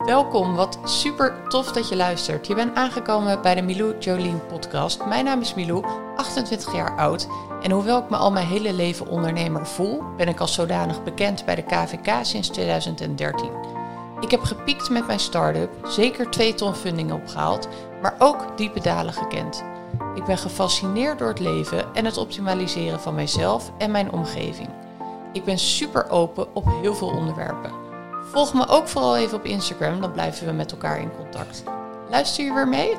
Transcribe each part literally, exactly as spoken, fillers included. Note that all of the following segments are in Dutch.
Welkom, wat super tof dat je luistert. Je bent aangekomen bij de Milou Jolien podcast. Mijn naam is Milou, achtentwintig jaar oud. En hoewel ik me al mijn hele leven ondernemer voel, ben ik als zodanig bekend bij de K V K sinds tweeduizend dertien. Ik heb gepiekt met mijn start-up, zeker twee ton funding opgehaald, maar ook diepe dalen gekend. Ik ben gefascineerd door het leven en het optimaliseren van mijzelf en mijn omgeving. Ik ben super open op heel veel onderwerpen. Volg me ook vooral even op Instagram, dan blijven we met elkaar in contact. Luister je weer mee?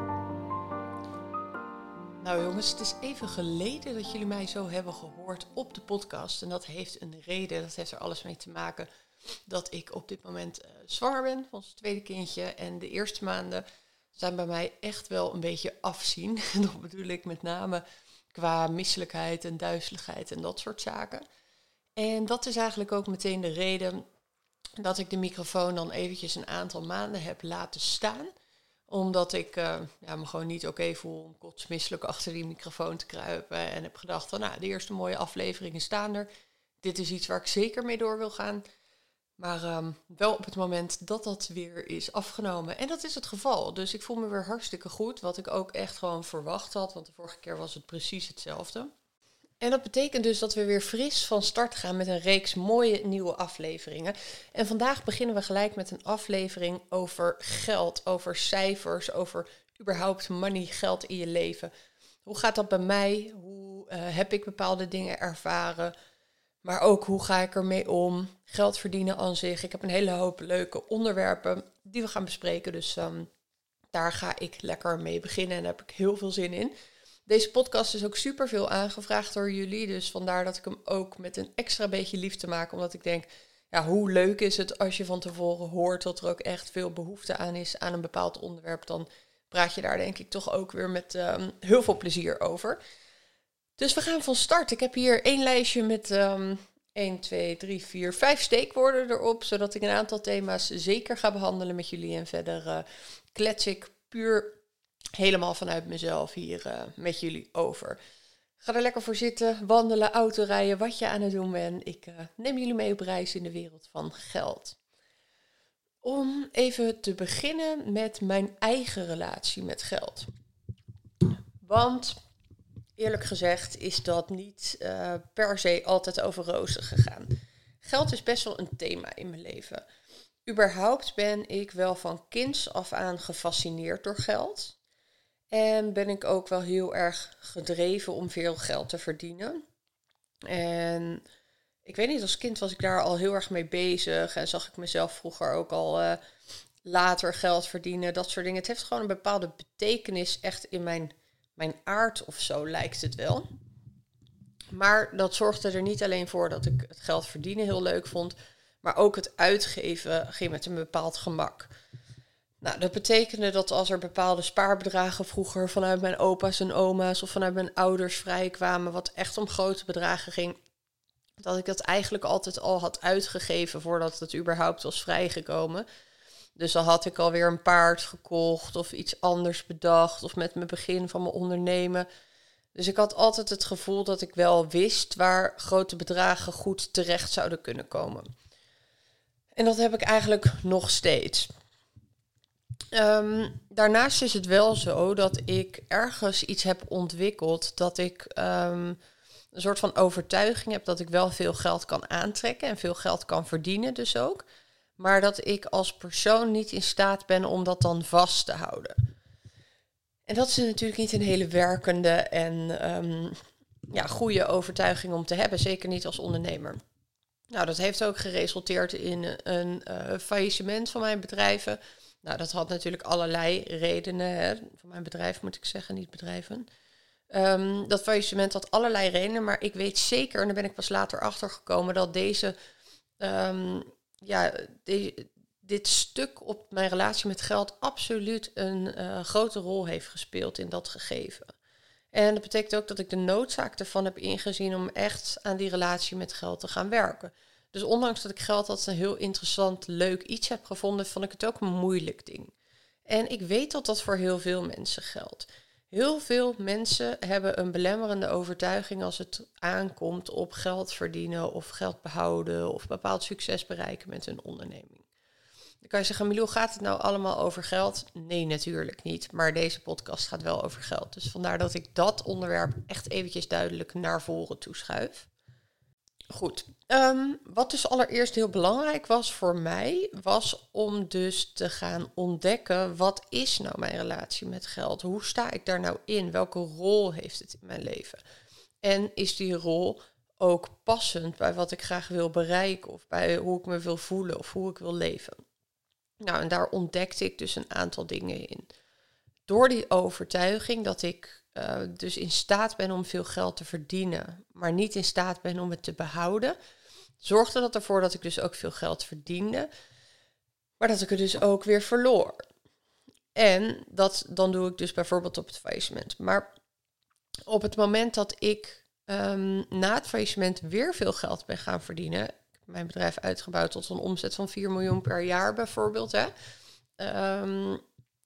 Nou jongens, het is even geleden dat jullie mij zo hebben gehoord op de podcast. En dat heeft een reden, dat heeft er alles mee te maken dat ik op dit moment uh, zwanger ben van ons tweede kindje. En de eerste maanden zijn bij mij echt wel een beetje afzien. En dat bedoel ik met name qua misselijkheid en duizeligheid en dat soort zaken. En dat is eigenlijk ook meteen de reden dat ik de microfoon dan eventjes een aantal maanden heb laten staan. Omdat ik uh, ja, me gewoon niet oké voel om kotsmisselijk achter die microfoon te kruipen. En heb gedacht van, nou, de eerste mooie afleveringen staan er. Dit is iets waar ik zeker mee door wil gaan. Maar um, wel op het moment dat dat weer is afgenomen. En dat is het geval. Dus ik voel me weer hartstikke goed. Wat ik ook echt gewoon verwacht had. Want de vorige keer was het precies hetzelfde. En dat betekent dus dat we weer fris van start gaan met een reeks mooie nieuwe afleveringen. En vandaag beginnen we gelijk met een aflevering over geld, over cijfers, over überhaupt money, geld in je leven. Hoe gaat dat bij mij? Hoe uh, heb ik bepaalde dingen ervaren? Maar ook hoe ga ik ermee om? Geld verdienen aan zich. Ik heb een hele hoop leuke onderwerpen die we gaan bespreken. Dus um, daar ga ik lekker mee beginnen en daar heb ik heel veel zin in. Deze podcast is ook super veel aangevraagd door jullie. Dus vandaar dat ik hem ook met een extra beetje liefde maak. Omdat ik denk, ja, hoe leuk is het als je van tevoren hoort dat er ook echt veel behoefte aan is aan een bepaald onderwerp. Dan praat je daar denk ik toch ook weer met um, heel veel plezier over. Dus we gaan van start. Ik heb hier één lijstje met um, één, twee, drie, vier, vijf steekwoorden erop. Zodat ik een aantal thema's zeker ga behandelen met jullie. En verder uh, klets ik puur helemaal vanuit mezelf hier uh, met jullie over. Ga er lekker voor zitten, wandelen, autorijden, wat je aan het doen bent. Ik uh, neem jullie mee op reis in de wereld van geld. Om even te beginnen met mijn eigen relatie met geld. Want eerlijk gezegd is dat niet uh, per se altijd over rozen gegaan. Geld is best wel een thema in mijn leven. Überhaupt ben ik wel van kinds af aan gefascineerd door geld. En ben ik ook wel heel erg gedreven om veel geld te verdienen. En ik weet niet, als kind was ik daar al heel erg mee bezig. En zag ik mezelf vroeger ook al uh, later geld verdienen, dat soort dingen. Het heeft gewoon een bepaalde betekenis echt in mijn, mijn aard of zo, lijkt het wel. Maar dat zorgde er niet alleen voor dat ik het geld verdienen heel leuk vond, maar ook het uitgeven ging met een bepaald gemak. Nou, dat betekende dat als er bepaalde spaarbedragen vroeger vanuit mijn opa's en oma's of vanuit mijn ouders vrijkwamen, wat echt om grote bedragen ging, dat ik dat eigenlijk altijd al had uitgegeven voordat het überhaupt was vrijgekomen. Dus dan had ik alweer een paard gekocht of iets anders bedacht of met mijn begin van mijn ondernemen. Dus ik had altijd het gevoel dat ik wel wist waar grote bedragen goed terecht zouden kunnen komen. En dat heb ik eigenlijk nog steeds. Um, daarnaast is het wel zo dat ik ergens iets heb ontwikkeld dat ik um, een soort van overtuiging heb dat ik wel veel geld kan aantrekken en veel geld kan verdienen dus ook. Maar dat ik als persoon niet in staat ben om dat dan vast te houden. En dat is natuurlijk niet een hele werkende en um, ja, goede overtuiging om te hebben, zeker niet als ondernemer. Nou, dat heeft ook geresulteerd in een uh, faillissement van mijn bedrijven. Nou, dat had natuurlijk allerlei redenen. Hè. Van mijn bedrijf moet ik zeggen, niet bedrijven. Um, dat faillissement had allerlei redenen, maar ik weet zeker, en daar ben ik pas later achter gekomen, dat deze, um, ja, de, dit stuk op mijn relatie met geld absoluut een uh, grote rol heeft gespeeld in dat gegeven. En dat betekent ook dat ik de noodzaak ervan heb ingezien om echt aan die relatie met geld te gaan werken. Dus ondanks dat ik geld als een heel interessant, leuk iets heb gevonden, vond ik het ook een moeilijk ding. En ik weet dat dat voor heel veel mensen geldt. Heel veel mensen hebben een belemmerende overtuiging als het aankomt op geld verdienen of geld behouden of bepaald succes bereiken met hun onderneming. Dan kan je zeggen, Milou, gaat het nou allemaal over geld? Nee, natuurlijk niet. Maar deze podcast gaat wel over geld. Dus vandaar dat ik dat onderwerp echt eventjes duidelijk naar voren toeschuif. Goed, um, wat dus allereerst heel belangrijk was voor mij, was om dus te gaan ontdekken, wat is nou mijn relatie met geld? Hoe sta ik daar nou in? Welke rol heeft het in mijn leven? En is die rol ook passend bij wat ik graag wil bereiken of bij hoe ik me wil voelen of hoe ik wil leven? Nou, en daar ontdekte ik dus een aantal dingen in. Door die overtuiging dat ik uh, dus in staat ben om veel geld te verdienen, maar niet in staat ben om het te behouden, zorgde dat ervoor dat ik dus ook veel geld verdiende, maar dat ik het dus ook weer verloor. En dat dan doe ik dus bijvoorbeeld op het faillissement. Maar op het moment dat ik um, na het faillissement weer veel geld ben gaan verdienen, ik heb mijn bedrijf uitgebouwd tot een omzet van vier miljoen per jaar bijvoorbeeld, hè, um,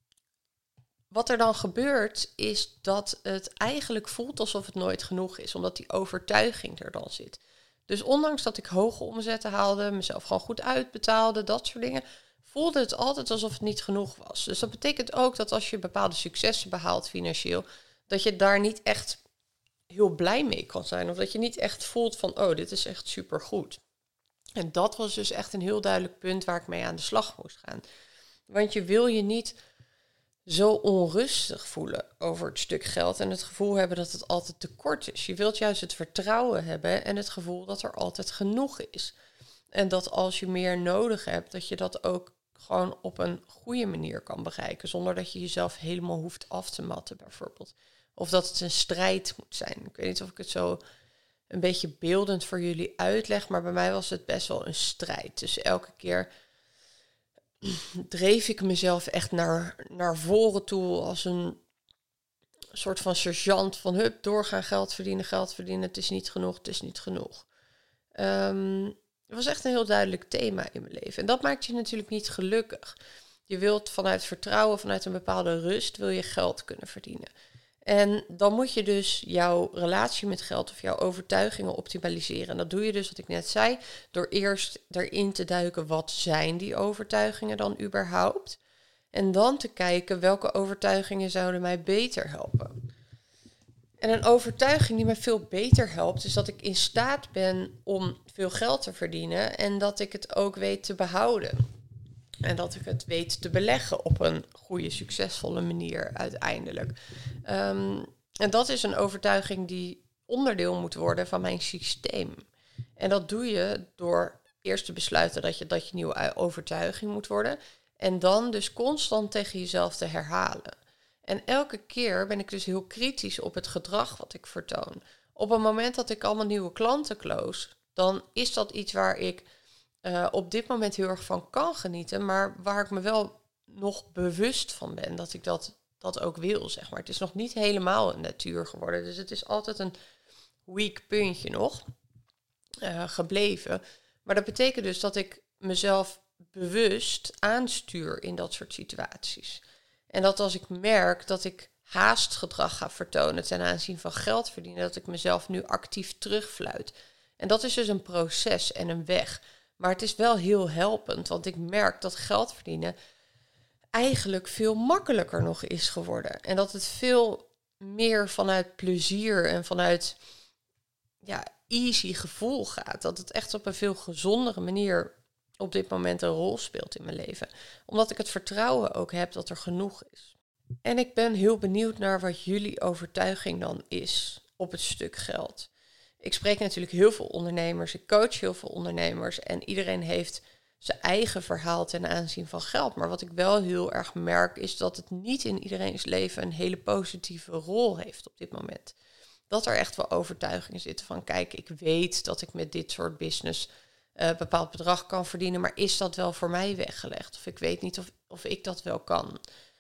wat er dan gebeurt, is dat het eigenlijk voelt alsof het nooit genoeg is, omdat die overtuiging er dan zit. Dus ondanks dat ik hoge omzetten haalde, mezelf gewoon goed uitbetaalde, dat soort dingen, voelde het altijd alsof het niet genoeg was. Dus dat betekent ook dat als je bepaalde successen behaalt financieel, dat je daar niet echt heel blij mee kan zijn. Of dat je niet echt voelt van, oh, dit is echt supergoed. En dat was dus echt een heel duidelijk punt waar ik mee aan de slag moest gaan. Want je wil je niet zo onrustig voelen over het stuk geld en het gevoel hebben dat het altijd tekort is. Je wilt juist het vertrouwen hebben en het gevoel dat er altijd genoeg is. En dat als je meer nodig hebt, dat je dat ook gewoon op een goede manier kan bereiken, zonder dat je jezelf helemaal hoeft af te matten bijvoorbeeld. Of dat het een strijd moet zijn. Ik weet niet of ik het zo een beetje beeldend voor jullie uitleg, maar bij mij was het best wel een strijd. Dus elke keer dreef ik mezelf echt naar, naar voren toe als een soort van sergeant van hup, doorgaan, geld verdienen, geld verdienen, het is niet genoeg, het is niet genoeg. Um, het was echt een heel duidelijk thema in mijn leven. En dat maakt je natuurlijk niet gelukkig. Je wilt vanuit vertrouwen, vanuit een bepaalde rust, wil je geld kunnen verdienen. En dan moet je dus jouw relatie met geld of jouw overtuigingen optimaliseren. En dat doe je dus, wat ik net zei, door eerst erin te duiken, wat zijn die overtuigingen dan überhaupt? En dan te kijken, welke overtuigingen zouden mij beter helpen? En een overtuiging die mij veel beter helpt, is dat ik in staat ben om veel geld te verdienen en dat ik het ook weet te behouden. En dat ik het weet te beleggen op een goede, succesvolle manier uiteindelijk. Um, en dat is een overtuiging die onderdeel moet worden van mijn systeem. En dat doe je door eerst te besluiten dat je, dat je nieuwe overtuiging moet worden. En dan dus constant tegen jezelf te herhalen. En elke keer ben ik dus heel kritisch op het gedrag wat ik vertoon. Op het moment dat ik allemaal nieuwe klanten close, dan is dat iets waar ik Uh, op dit moment heel erg van kan genieten, maar waar ik me wel nog bewust van ben dat ik dat, dat ook wil, zeg maar. Het is nog niet helemaal een natuur geworden, dus het is altijd een weak puntje nog uh, gebleven. Maar dat betekent dus dat ik mezelf bewust aanstuur in dat soort situaties. En dat als ik merk dat ik haastgedrag ga vertonen ten aanzien van geld verdienen, dat ik mezelf nu actief terugfluit. En dat is dus een proces en een weg. Maar het is wel heel helpend, want ik merk dat geld verdienen eigenlijk veel makkelijker nog is geworden. En dat het veel meer vanuit plezier en vanuit ja, easy gevoel gaat. Dat het echt op een veel gezondere manier op dit moment een rol speelt in mijn leven. Omdat ik het vertrouwen ook heb dat er genoeg is. En ik ben heel benieuwd naar wat jullie overtuiging dan is op het stuk geld. Ik spreek natuurlijk heel veel ondernemers, ik coach heel veel ondernemers en iedereen heeft zijn eigen verhaal ten aanzien van geld. Maar wat ik wel heel erg merk is dat het niet in iedereen's leven een hele positieve rol heeft op dit moment. Dat er echt wel overtuigingen zitten van kijk, ik weet dat ik met dit soort business een uh, bepaald bedrag kan verdienen, maar is dat wel voor mij weggelegd? Of ik weet niet of, of ik dat wel kan.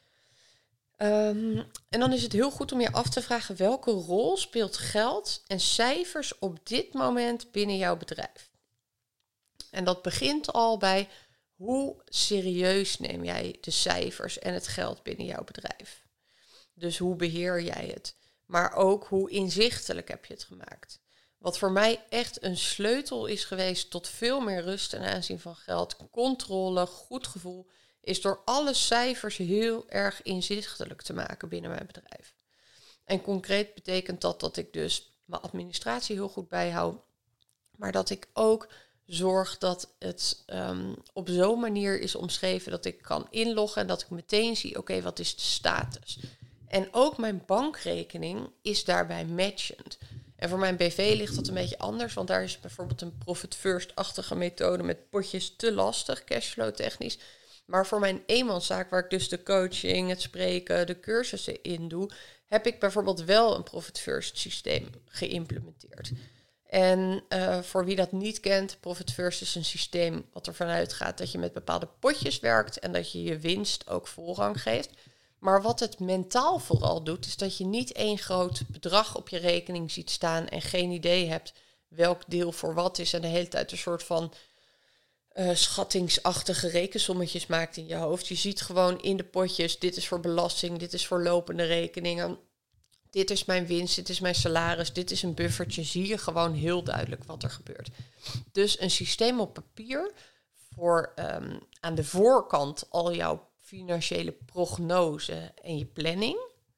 Um, en dan is het heel goed om je af te vragen welke rol speelt geld en cijfers op dit moment binnen jouw bedrijf. En dat begint al bij hoe serieus neem jij de cijfers en het geld binnen jouw bedrijf. Dus hoe beheer jij het? Maar ook hoe inzichtelijk heb je het gemaakt? Wat voor mij echt een sleutel is geweest tot veel meer rust ten aanzien van geld, controle, goed gevoel, is door alle cijfers heel erg inzichtelijk te maken binnen mijn bedrijf. En concreet betekent dat dat ik dus mijn administratie heel goed bijhoud, maar dat ik ook zorg dat het um, op zo'n manier is omschreven dat ik kan inloggen en dat ik meteen zie, oké, okay, wat is de status? En ook mijn bankrekening is daarbij matchend. En voor mijn B V ligt dat een beetje anders, want daar is bijvoorbeeld een profit first-achtige methode met potjes te lastig, cashflow technisch. Maar voor mijn eenmanszaak, waar ik dus de coaching, het spreken, de cursussen in doe, heb ik bijvoorbeeld wel een profit first systeem geïmplementeerd. En uh, voor wie dat niet kent, Profit First is een systeem wat ervan uitgaat dat je met bepaalde potjes werkt en dat je je winst ook voorrang geeft. Maar wat het mentaal vooral doet, is dat je niet één groot bedrag op je rekening ziet staan en geen idee hebt welk deel voor wat is en de hele tijd een soort van uh, schattingsachtige rekensommetjes maakt in je hoofd. Je ziet gewoon in de potjes, dit is voor belasting, dit is voor lopende rekeningen. Dit is mijn winst, dit is mijn salaris, dit is een buffertje. Zie je gewoon heel duidelijk wat er gebeurt. Dus een systeem op papier voor um, aan de voorkant al jouw financiële prognose en je planning.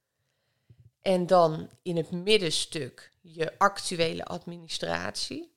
En dan in het middenstuk je actuele administratie.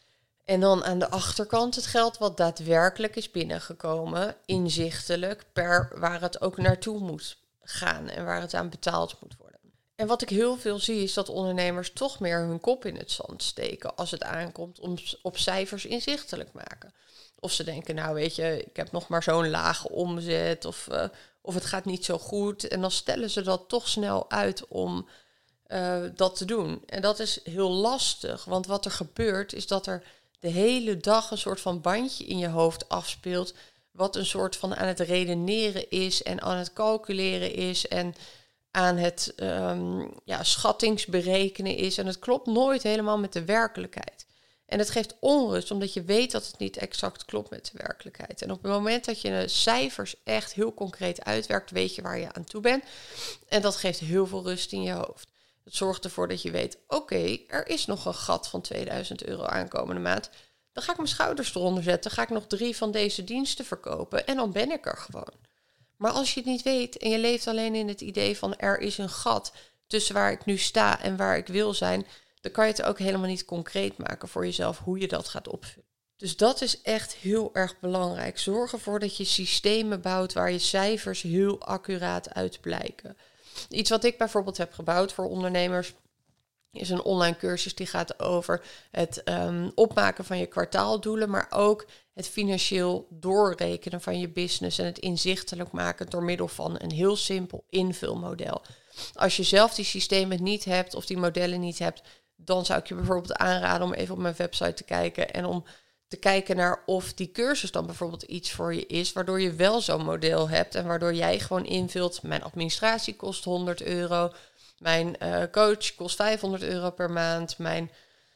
En dan aan de achterkant het geld wat daadwerkelijk is binnengekomen, inzichtelijk per waar het ook naartoe moet gaan en waar het aan betaald moet worden. En wat ik heel veel zie is dat ondernemers toch meer hun kop in het zand steken als het aankomt om op cijfers inzichtelijk maken. Of ze denken, nou weet je, ik heb nog maar zo'n lage omzet of, uh, of het gaat niet zo goed. En dan stellen ze dat toch snel uit om uh, dat te doen. En dat is heel lastig, want wat er gebeurt is dat er de hele dag een soort van bandje in je hoofd afspeelt, wat een soort van aan het redeneren is en aan het calculeren is en aan het um, ja, schattingsberekenen is. En het klopt nooit helemaal met de werkelijkheid. En het geeft onrust, omdat je weet dat het niet exact klopt met de werkelijkheid. En op het moment dat je de cijfers echt heel concreet uitwerkt, weet je waar je aan toe bent. En dat geeft heel veel rust in je hoofd. Het zorgt ervoor dat je weet, oké, okay, er is nog een gat van tweeduizend euro aankomende maand. Dan ga ik mijn schouders eronder zetten, ga ik nog drie van deze diensten verkopen en dan ben ik er gewoon. Maar als je het niet weet en je leeft alleen in het idee van er is een gat tussen waar ik nu sta en waar ik wil zijn, dan kan je het ook helemaal niet concreet maken voor jezelf hoe je dat gaat opvullen. Dus dat is echt heel erg belangrijk. Zorg ervoor dat je systemen bouwt waar je cijfers heel accuraat uit blijken. Iets wat ik bijvoorbeeld heb gebouwd voor ondernemers is een online cursus die gaat over het um, opmaken van je kwartaaldoelen, maar ook het financieel doorrekenen van je business en het inzichtelijk maken door middel van een heel simpel invulmodel. Als je zelf die systemen niet hebt of die modellen niet hebt, dan zou ik je bijvoorbeeld aanraden om even op mijn website te kijken en om te kijken naar of die cursus dan bijvoorbeeld iets voor je is, waardoor je wel zo'n model hebt en waardoor jij gewoon invult, mijn administratie kost honderd euro, mijn uh, coach kost vijfhonderd euro per maand, mijn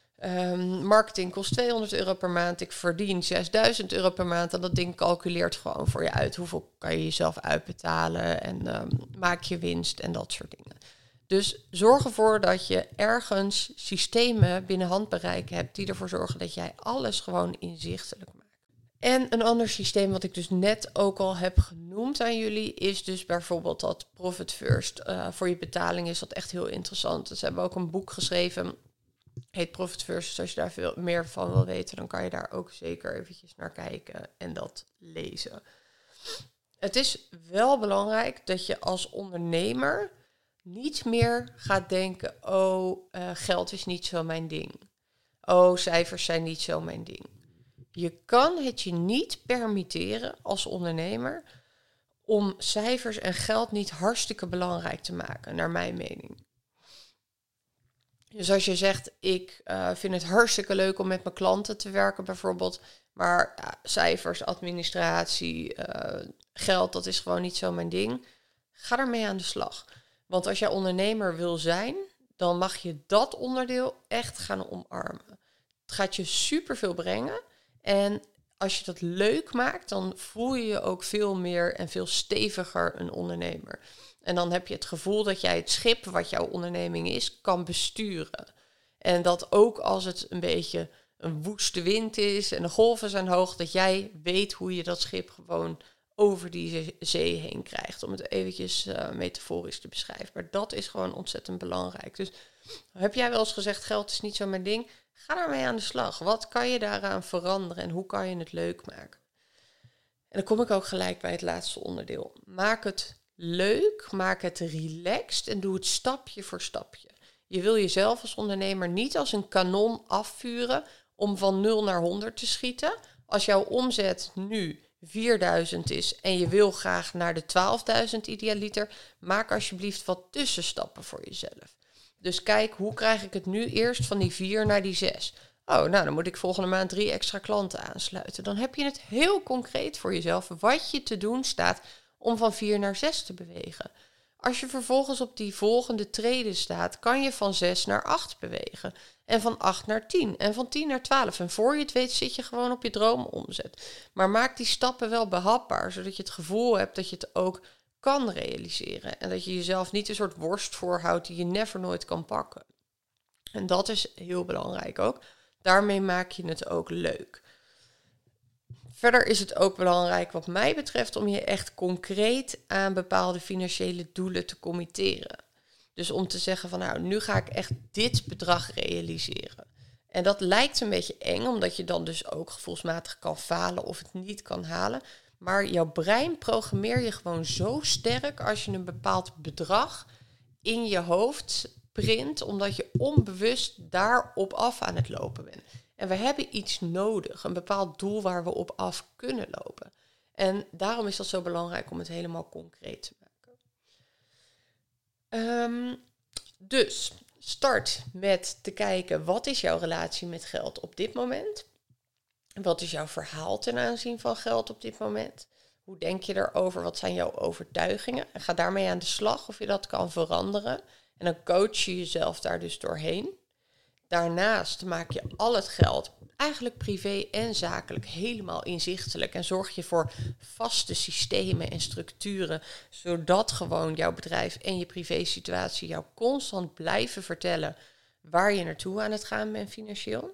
um, marketing kost tweehonderd euro per maand, ik verdien zesduizend euro per maand en dat ding calculeert gewoon voor je uit hoeveel kan je jezelf uitbetalen en um, maak je winst en dat soort dingen. Dus zorg ervoor dat je ergens systemen binnen handbereik hebt die ervoor zorgen dat jij alles gewoon inzichtelijk maakt. En een ander systeem wat ik dus net ook al heb genoemd aan jullie is dus bijvoorbeeld dat Profit First. Uh, voor je betaling is dat echt heel interessant. Dus ze hebben ook een boek geschreven, heet Profit First. Dus als je daar veel meer van wil weten, dan kan je daar ook zeker eventjes naar kijken en dat lezen. Het is wel belangrijk dat je als ondernemer niet meer gaat denken, oh, uh, geld is niet zo mijn ding. Oh, cijfers zijn niet zo mijn ding. Je kan het je niet permitteren als ondernemer om cijfers en geld niet hartstikke belangrijk te maken, naar mijn mening. Dus als je zegt, ik uh, vind het hartstikke leuk om met mijn klanten te werken bijvoorbeeld, maar uh, cijfers, administratie, uh, geld, dat is gewoon niet zo mijn ding. Ga ermee aan de slag. Want als jij ondernemer wil zijn, dan mag je dat onderdeel echt gaan omarmen. Het gaat je superveel brengen. En als je dat leuk maakt, dan voel je je ook veel meer en veel steviger een ondernemer. En dan heb je het gevoel dat jij het schip, wat jouw onderneming is, kan besturen. En dat ook als het een beetje een woeste wind is en de golven zijn hoog, dat jij weet hoe je dat schip gewoon over die zee heen krijgt. Om het eventjes uh, metaforisch te beschrijven. Maar dat is gewoon ontzettend belangrijk. Dus heb jij wel eens gezegd, geld is niet zo mijn ding? Ga daarmee aan de slag. Wat kan je daaraan veranderen en hoe kan je het leuk maken? En dan kom ik ook gelijk bij het laatste onderdeel. Maak het leuk, maak het relaxed en doe het stapje voor stapje. Je wil jezelf als ondernemer niet als een kanon afvuren om van nul naar honderd te schieten. Als jouw omzet nu vierduizend is en je wil graag naar de twaalfduizend idealiter, maak alsjeblieft wat tussenstappen voor jezelf. Dus kijk, hoe krijg ik het nu eerst van die vier naar die zes? Oh, nou, dan moet ik volgende maand drie extra klanten aansluiten. Dan heb je het heel concreet voor jezelf wat je te doen staat om van vier naar zes te bewegen. Als je vervolgens op die volgende trede staat, kan je van zes naar acht bewegen. En van acht naar tien. En van tien naar twaalf. En voor je het weet zit je gewoon op je droomomzet. Maar maak die stappen wel behapbaar, zodat je het gevoel hebt dat je het ook kan realiseren. En dat je jezelf niet een soort worst voorhoudt die je never nooit kan pakken. En dat is heel belangrijk ook. Daarmee maak je het ook leuk. Verder is het ook belangrijk wat mij betreft om je echt concreet aan bepaalde financiële doelen te committeren. Dus om te zeggen van nou, nu ga ik echt dit bedrag realiseren. En dat lijkt een beetje eng, omdat je dan dus ook gevoelsmatig kan falen of het niet kan halen. Maar jouw brein programmeer je gewoon zo sterk als je een bepaald bedrag in je hoofd print, omdat je onbewust daarop af aan het lopen bent. En we hebben iets nodig, een bepaald doel waar we op af kunnen lopen. En daarom is dat zo belangrijk om het helemaal concreet te maken. Um, dus start met te kijken, wat is jouw relatie met geld op dit moment? Wat is jouw verhaal ten aanzien van geld op dit moment? Hoe denk je erover? Wat zijn jouw overtuigingen? En ga daarmee aan de slag of je dat kan veranderen. En dan coach je jezelf daar dus doorheen. Daarnaast maak je al het geld, eigenlijk privé en zakelijk, helemaal inzichtelijk. En zorg je voor vaste systemen en structuren, zodat gewoon jouw bedrijf en je privésituatie jou constant blijven vertellen waar je naartoe aan het gaan bent financieel.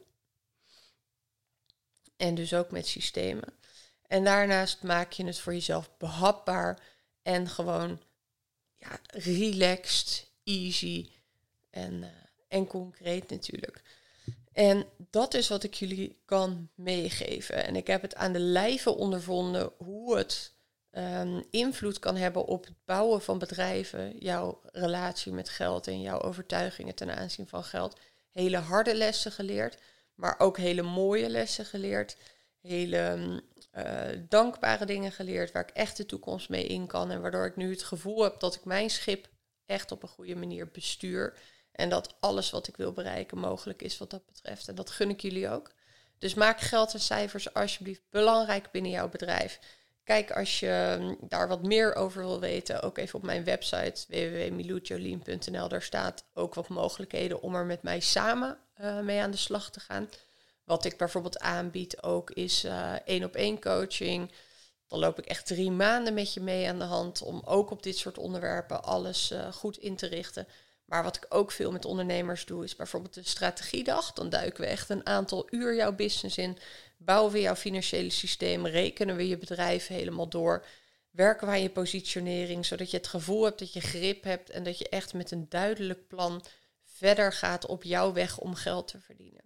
En dus ook met systemen. En daarnaast maak je het voor jezelf behapbaar en gewoon ja, relaxed, easy en, uh, en concreet natuurlijk. En dat is wat ik jullie kan meegeven. En ik heb het aan de lijve ondervonden hoe het um, invloed kan hebben op het bouwen van bedrijven, jouw relatie met geld en jouw overtuigingen ten aanzien van geld. Hele harde lessen geleerd, maar ook hele mooie lessen geleerd. Hele uh, dankbare dingen geleerd waar ik echt de toekomst mee in kan. En waardoor ik nu het gevoel heb dat ik mijn schip echt op een goede manier bestuur. En dat alles wat ik wil bereiken mogelijk is wat dat betreft. En dat gun ik jullie ook. Dus maak geld en cijfers alsjeblieft belangrijk binnen jouw bedrijf. Kijk, als je daar wat meer over wil weten, ook even op mijn website w w w punt milou jolien punt n l. Daar staat ook wat mogelijkheden om er met mij samen uh, mee aan de slag te gaan. Wat ik bijvoorbeeld aanbied ook is uh, één op één coaching. Dan loop ik echt drie maanden met je mee aan de hand om ook op dit soort onderwerpen alles uh, goed in te richten. Maar wat ik ook veel met ondernemers doe is bijvoorbeeld de strategiedag. Dan duiken we echt een aantal uur jouw business in. Bouwen we jouw financiële systeem. Rekenen we je bedrijf helemaal door. Werken we aan je positionering. Zodat je het gevoel hebt dat je grip hebt. En dat je echt met een duidelijk plan verder gaat op jouw weg om geld te verdienen.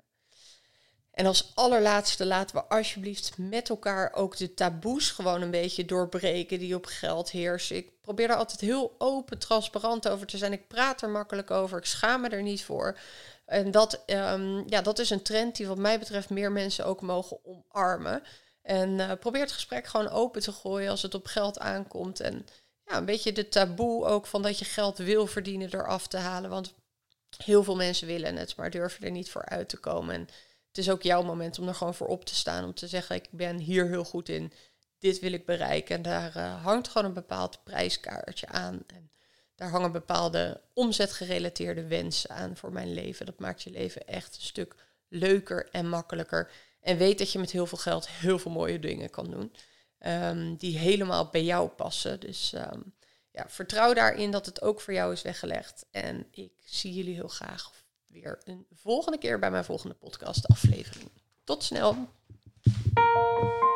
En als allerlaatste laten we alsjeblieft met elkaar ook de taboes gewoon een beetje doorbreken die op geld heersen. Ik probeer er altijd heel open, transparant over te zijn. Ik praat er makkelijk over. Ik schaam me er niet voor. En dat, um, ja, dat is een trend die wat mij betreft meer mensen ook mogen omarmen. En uh, probeer het gesprek gewoon open te gooien als het op geld aankomt. En ja, een beetje de taboe ook van dat je geld wil verdienen eraf te halen. Want heel veel mensen willen het, maar durven er niet voor uit te komen. En het is ook jouw moment om er gewoon voor op te staan. Om te zeggen, ik ben hier heel goed in. Dit wil ik bereiken. En daar uh, hangt gewoon een bepaald prijskaartje aan. En daar hangen bepaalde omzetgerelateerde wensen aan voor mijn leven. Dat maakt je leven echt een stuk leuker en makkelijker. En weet dat je met heel veel geld heel veel mooie dingen kan doen. Um, die helemaal bij jou passen. Dus um, ja, vertrouw daarin dat het ook voor jou is weggelegd. En ik zie jullie heel graag weer een volgende keer bij mijn volgende podcast aflevering. Tot snel!